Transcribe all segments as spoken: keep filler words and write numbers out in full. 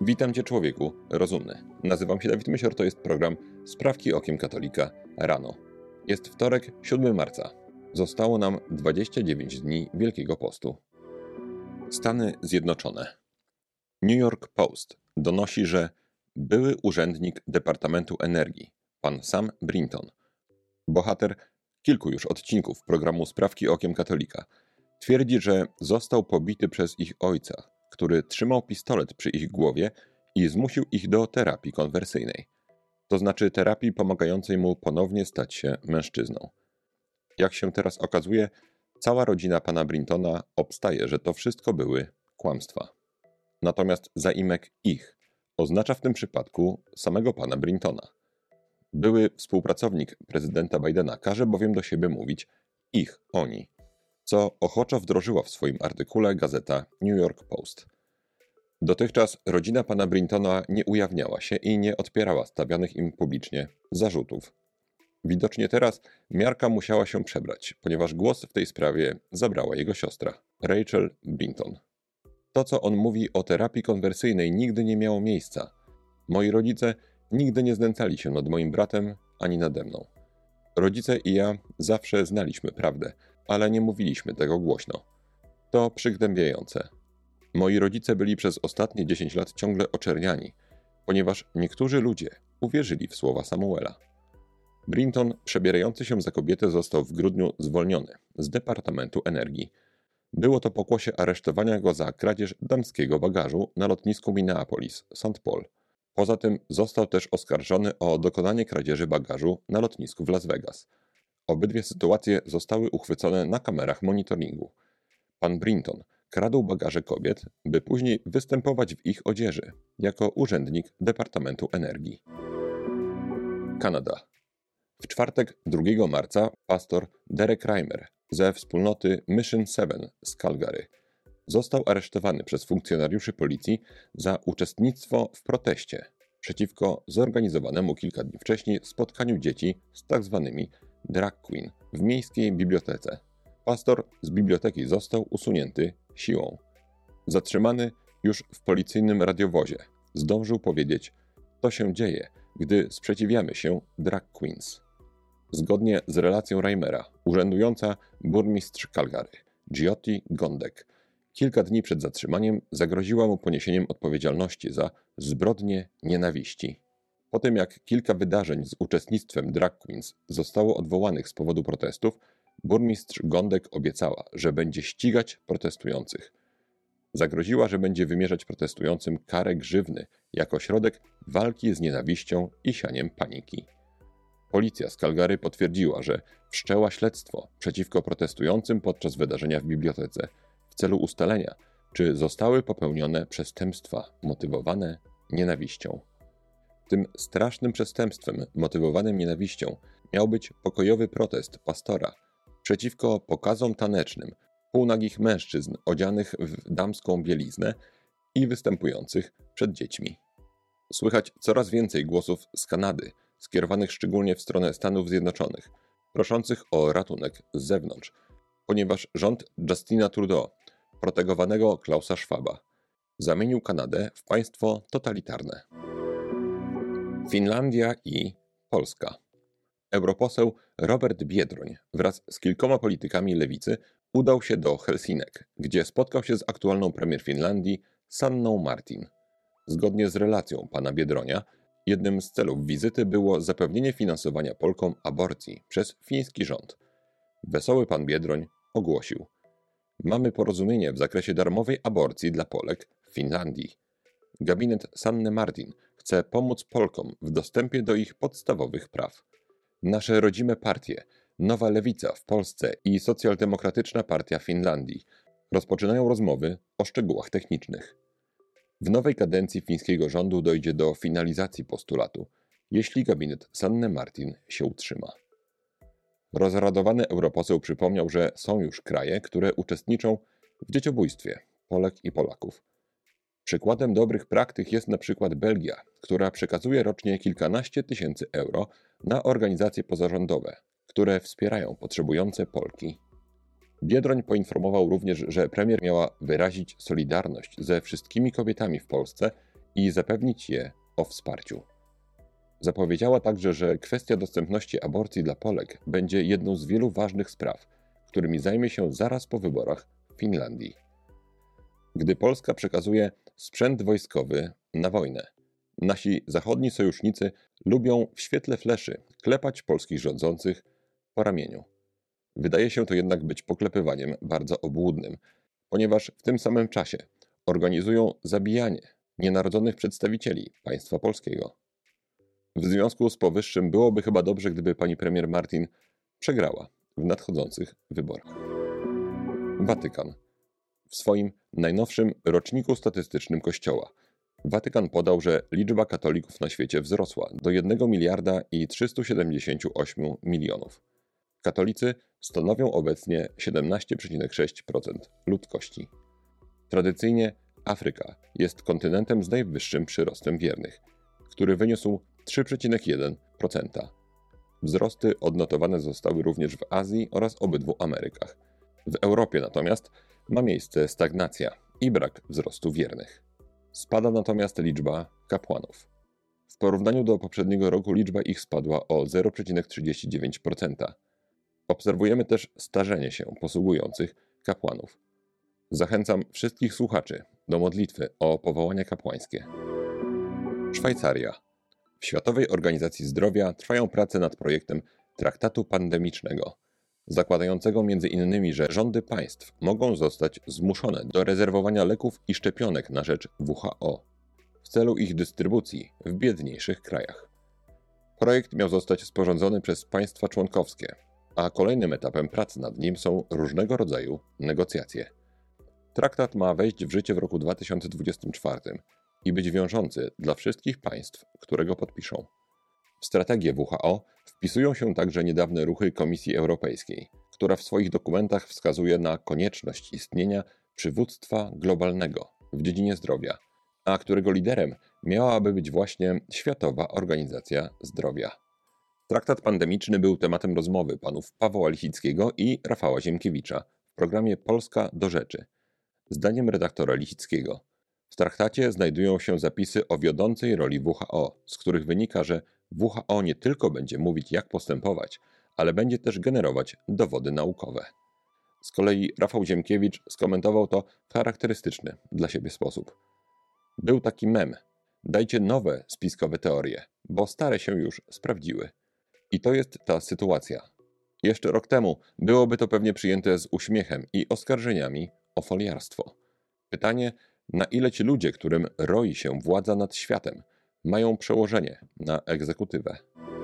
Witam Cię, człowieku rozumny. Nazywam się Dawid Mysior, to jest program Sprawki okiem katolika rano. Jest wtorek, siódmego marca. Zostało nam dwadzieścia dziewięć dni Wielkiego Postu. Stany Zjednoczone. New York Post donosi, że były urzędnik Departamentu Energii, pan Sam Brinton, bohater kilku już odcinków programu Sprawki okiem katolika, twierdzi, że został pobity przez ich ojca, który trzymał pistolet przy ich głowie i zmusił ich do terapii konwersyjnej. To znaczy terapii pomagającej mu ponownie stać się mężczyzną. Jak się teraz okazuje, cała rodzina pana Brintona obstaje, że to wszystko były kłamstwa. Natomiast zaimek ich oznacza w tym przypadku samego pana Brintona. Były współpracownik prezydenta Bidena każe bowiem do siebie mówić ich, oni, co ochoczo wdrożyła w swoim artykule gazeta New York Post. Dotychczas rodzina pana Brintona nie ujawniała się i nie odpierała stawianych im publicznie zarzutów. Widocznie teraz miarka musiała się przebrać, ponieważ głos w tej sprawie zabrała jego siostra, Rachel Brinton. To, co on mówi o terapii konwersyjnej, nigdy nie miało miejsca. Moi rodzice nigdy nie znęcali się nad moim bratem ani nade mną. Rodzice i ja zawsze znaliśmy prawdę, ale nie mówiliśmy tego głośno. To przygnębiające. Moi rodzice byli przez ostatnie dziesięć lat ciągle oczerniani, ponieważ niektórzy ludzie uwierzyli w słowa Samuela. Brinton, przebierający się za kobietę, został w grudniu zwolniony z Departamentu Energii. Było to pokłosie aresztowania go za kradzież damskiego bagażu na lotnisku Minneapolis, Saint Paul. Poza tym został też oskarżony o dokonanie kradzieży bagażu na lotnisku w Las Vegas. Obydwie sytuacje zostały uchwycone na kamerach monitoringu. Pan Brinton kradł bagaże kobiet, by później występować w ich odzieży, jako urzędnik Departamentu Energii. Kanada. W czwartek, drugiego marca, pastor Derek Reimer ze wspólnoty Mission siedem z Calgary został aresztowany przez funkcjonariuszy policji za uczestnictwo w proteście przeciwko zorganizowanemu kilka dni wcześniej spotkaniu dzieci z tzw. drag queen w miejskiej bibliotece. Pastor z biblioteki został usunięty siłą. Zatrzymany już w policyjnym radiowozie zdążył powiedzieć: to się dzieje, gdy sprzeciwiamy się drag queens. Zgodnie z relacją Reimera, urzędująca burmistrz Calgary, Jyoti Gondek, kilka dni przed zatrzymaniem zagroziła mu poniesieniem odpowiedzialności za zbrodnie nienawiści. Po tym jak kilka wydarzeń z uczestnictwem drag queens zostało odwołanych z powodu protestów, burmistrz Gondek obiecała, że będzie ścigać protestujących. Zagroziła, że będzie wymierzać protestującym karę grzywny jako środek walki z nienawiścią i sianiem paniki. Policja z Calgary potwierdziła, że wszczęła śledztwo przeciwko protestującym podczas wydarzenia w bibliotece w celu ustalenia, czy zostały popełnione przestępstwa motywowane nienawiścią. Tym strasznym przestępstwem motywowanym nienawiścią miał być pokojowy protest pastora przeciwko pokazom tanecznym półnagich mężczyzn odzianych w damską bieliznę i występujących przed dziećmi. Słychać coraz więcej głosów z Kanady, skierowanych szczególnie w stronę Stanów Zjednoczonych, proszących o ratunek z zewnątrz, ponieważ rząd Justina Trudeau, protegowanego Klausa Schwaba, zamienił Kanadę w państwo totalitarne. Finlandia i Polska. Europoseł Robert Biedroń wraz z kilkoma politykami lewicy udał się do Helsinek, gdzie spotkał się z aktualną premier Finlandii Sanną Marin. Zgodnie z relacją pana Biedronia, jednym z celów wizyty było zapewnienie finansowania Polkom aborcji przez fiński rząd. Wesoły pan Biedroń ogłosił: mamy porozumienie w zakresie darmowej aborcji dla Polek w Finlandii. Gabinet Sanny Marin chce pomóc Polkom w dostępie do ich podstawowych praw. Nasze rodzime partie, Nowa Lewica w Polsce i Socjaldemokratyczna Partia Finlandii rozpoczynają rozmowy o szczegółach technicznych. W nowej kadencji fińskiego rządu dojdzie do finalizacji postulatu, jeśli gabinet Sanny Marin się utrzyma. Rozradowany europoseł przypomniał, że są już kraje, które uczestniczą w dzieciobójstwie Polek i Polaków. Przykładem dobrych praktyk jest na przykład Belgia, która przekazuje rocznie kilkanaście tysięcy euro na organizacje pozarządowe, które wspierają potrzebujące Polki. Biedroń poinformował również, że premier miała wyrazić solidarność ze wszystkimi kobietami w Polsce i zapewnić je o wsparciu. Zapowiedziała także, że kwestia dostępności aborcji dla Polek będzie jedną z wielu ważnych spraw, którymi zajmie się zaraz po wyborach w Finlandii. Gdy Polska przekazuje sprzęt wojskowy na wojnę, nasi zachodni sojusznicy lubią w świetle fleszy klepać polskich rządzących po ramieniu. Wydaje się to jednak być poklepywaniem bardzo obłudnym, ponieważ w tym samym czasie organizują zabijanie nienarodzonych przedstawicieli państwa polskiego. W związku z powyższym byłoby chyba dobrze, gdyby pani premier Martin przegrała w nadchodzących wyborach. Watykan. W swoim najnowszym roczniku statystycznym Kościoła Watykan podał, że liczba katolików na świecie wzrosła do jednego miliarda i trzystu siedemdziesięciu ośmiu milionów. Katolicy stanowią obecnie siedemnaście przecinek sześć procent ludności. Tradycyjnie Afryka jest kontynentem z najwyższym przyrostem wiernych, który wyniósł trzy przecinek jeden procent. Wzrosty odnotowane zostały również w Azji oraz obydwu Amerykach. W Europie natomiast ma miejsce stagnacja i brak wzrostu wiernych. Spada natomiast liczba kapłanów. W porównaniu do poprzedniego roku liczba ich spadła o zero przecinek trzydzieści dziewięć procent. Obserwujemy też starzenie się posługujących kapłanów. Zachęcam wszystkich słuchaczy do modlitwy o powołania kapłańskie. Szwajcaria. W Światowej Organizacji Zdrowia trwają prace nad projektem traktatu pandemicznego, zakładającego między innymi, że rządy państw mogą zostać zmuszone do rezerwowania leków i szczepionek na rzecz W H O w celu ich dystrybucji w biedniejszych krajach. Projekt miał zostać sporządzony przez państwa członkowskie, a kolejnym etapem prac nad nim są różnego rodzaju negocjacje. Traktat ma wejść w życie w roku dwa tysiące dwudziestym czwartym i być wiążący dla wszystkich państw, które go podpiszą. W strategię W H O wpisują się także niedawne ruchy Komisji Europejskiej, która w swoich dokumentach wskazuje na konieczność istnienia przywództwa globalnego w dziedzinie zdrowia, a którego liderem miałaby być właśnie Światowa Organizacja Zdrowia. Traktat pandemiczny był tematem rozmowy panów Pawła Lichickiego i Rafała Ziemkiewicza w programie Polska do rzeczy. Zdaniem redaktora Lichickiego, w traktacie znajdują się zapisy o wiodącej roli W H O, z których wynika, że W H O nie tylko będzie mówić, jak postępować, ale będzie też generować dowody naukowe. Z kolei Rafał Ziemkiewicz skomentował to w charakterystyczny dla siebie sposób. Był taki mem: dajcie nowe spiskowe teorie, bo stare się już sprawdziły. I to jest ta sytuacja. Jeszcze rok temu byłoby to pewnie przyjęte z uśmiechem i oskarżeniami o foliarstwo. Pytanie, na ile ci ludzie, którym roi się władza nad światem, mają przełożenie na egzekutywę.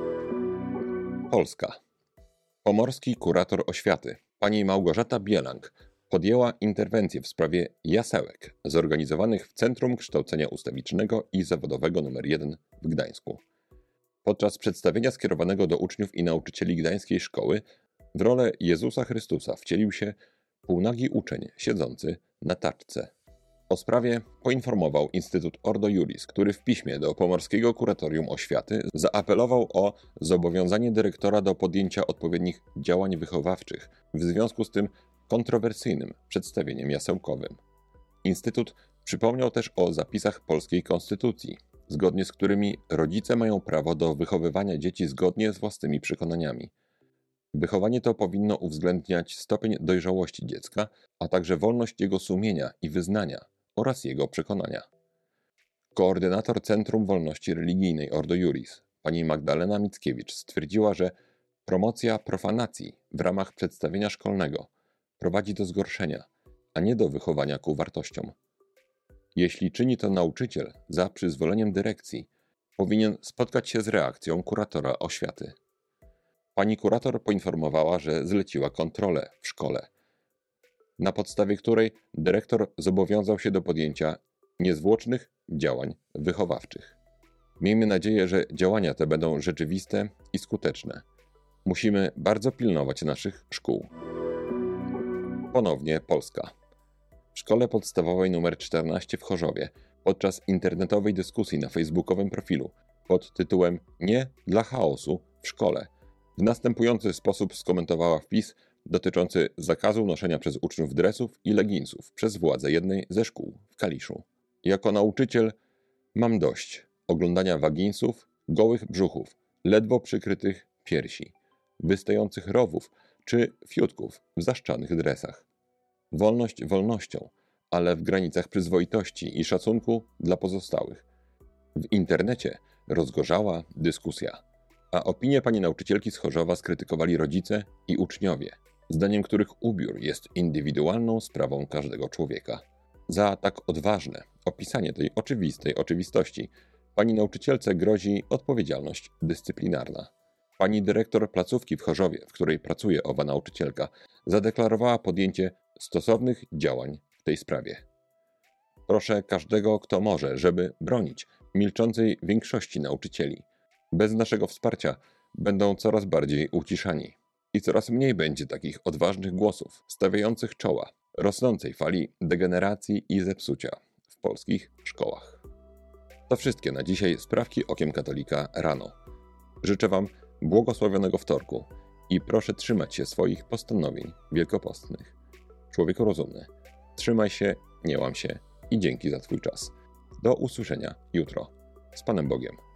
Polska. Pomorski kurator oświaty, pani Małgorzata Bielank, podjęła interwencję w sprawie jasełek zorganizowanych w Centrum Kształcenia Ustawicznego i Zawodowego nr jeden w Gdańsku. Podczas przedstawienia skierowanego do uczniów i nauczycieli gdańskiej szkoły w rolę Jezusa Chrystusa wcielił się półnagi uczeń siedzący na taczce. O sprawie poinformował Instytut Ordo Iuris, który w piśmie do Pomorskiego Kuratorium Oświaty zaapelował o zobowiązanie dyrektora do podjęcia odpowiednich działań wychowawczych w związku z tym kontrowersyjnym przedstawieniem jasełkowym. Instytut przypomniał też o zapisach polskiej konstytucji, zgodnie z którymi rodzice mają prawo do wychowywania dzieci zgodnie z własnymi przekonaniami. Wychowanie to powinno uwzględniać stopień dojrzałości dziecka, a także wolność jego sumienia i wyznania oraz jego przekonania. Koordynator Centrum Wolności Religijnej Ordo Iuris, pani Magdalena Mickiewicz, stwierdziła, że promocja profanacji w ramach przedstawienia szkolnego prowadzi do zgorszenia, a nie do wychowania ku wartościom. Jeśli czyni to nauczyciel za przyzwoleniem dyrekcji, powinien spotkać się z reakcją kuratora oświaty. Pani kurator poinformowała, że zleciła kontrolę w szkole, na podstawie której dyrektor zobowiązał się do podjęcia niezwłocznych działań wychowawczych. Miejmy nadzieję, że działania te będą rzeczywiste i skuteczne. Musimy bardzo pilnować naszych szkół. Ponownie Polska. W szkole podstawowej nr czternaście w Chorzowie podczas internetowej dyskusji na facebookowym profilu pod tytułem „Nie dla chaosu w szkole” w następujący sposób skomentowała wpis dotyczący zakazu noszenia przez uczniów dresów i leginsów przez władze jednej ze szkół w Kaliszu. Jako nauczyciel Mam dość oglądania waginsów, gołych brzuchów, ledwo przykrytych piersi, wystających rowów czy fiutków w zaszczanych dresach. Wolność wolnością, ale w granicach przyzwoitości i szacunku dla pozostałych. W internecie rozgorzała dyskusja, a opinię pani nauczycielki z Chorzowa skrytykowali rodzice i uczniowie, zdaniem których ubiór jest indywidualną sprawą każdego człowieka. Za tak odważne opisanie tej oczywistej oczywistości pani nauczycielce grozi odpowiedzialność dyscyplinarna. Pani dyrektor placówki w Chorzowie, w której pracuje owa nauczycielka, zadeklarowała podjęcie stosownych działań w tej sprawie. Proszę każdego, kto może, żeby bronić milczącej większości nauczycieli. Bez naszego wsparcia będą coraz bardziej uciszani i coraz mniej będzie takich odważnych głosów stawiających czoła rosnącej fali degeneracji i zepsucia w polskich szkołach. To wszystkie na dzisiaj sprawki Okiem Katolika rano. Życzę Wam błogosławionego wtorku i proszę trzymać się swoich postanowień wielkopostnych. Człowieku rozumny, trzymaj się, nie łam się i dzięki za Twój czas. Do usłyszenia jutro. Z Panem Bogiem.